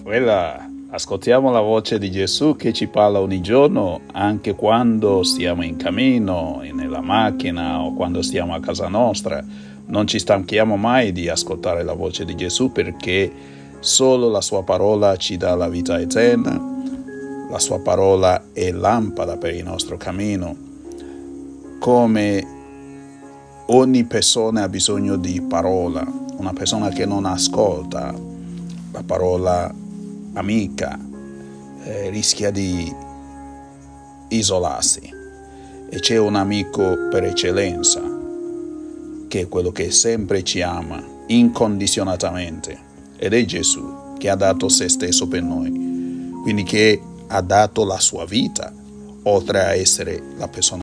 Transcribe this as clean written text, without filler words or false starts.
Quella, ascoltiamo la voce di Gesù che ci parla ogni giorno, anche quando stiamo in cammino, nella macchina o quando stiamo a casa nostra. Non ci stanchiamo mai di ascoltare la voce di Gesù, perché solo la sua parola ci dà la vita eterna. La sua parola è lampada per il nostro cammino. Come ogni persona ha bisogno di parola, una persona che non ascolta la parola amica rischia di isolarsi, e c'è un amico per eccellenza che è quello che sempre ci ama incondizionatamente, ed è Gesù, che ha dato se stesso per noi, quindi che ha dato la sua vita, oltre a essere la persona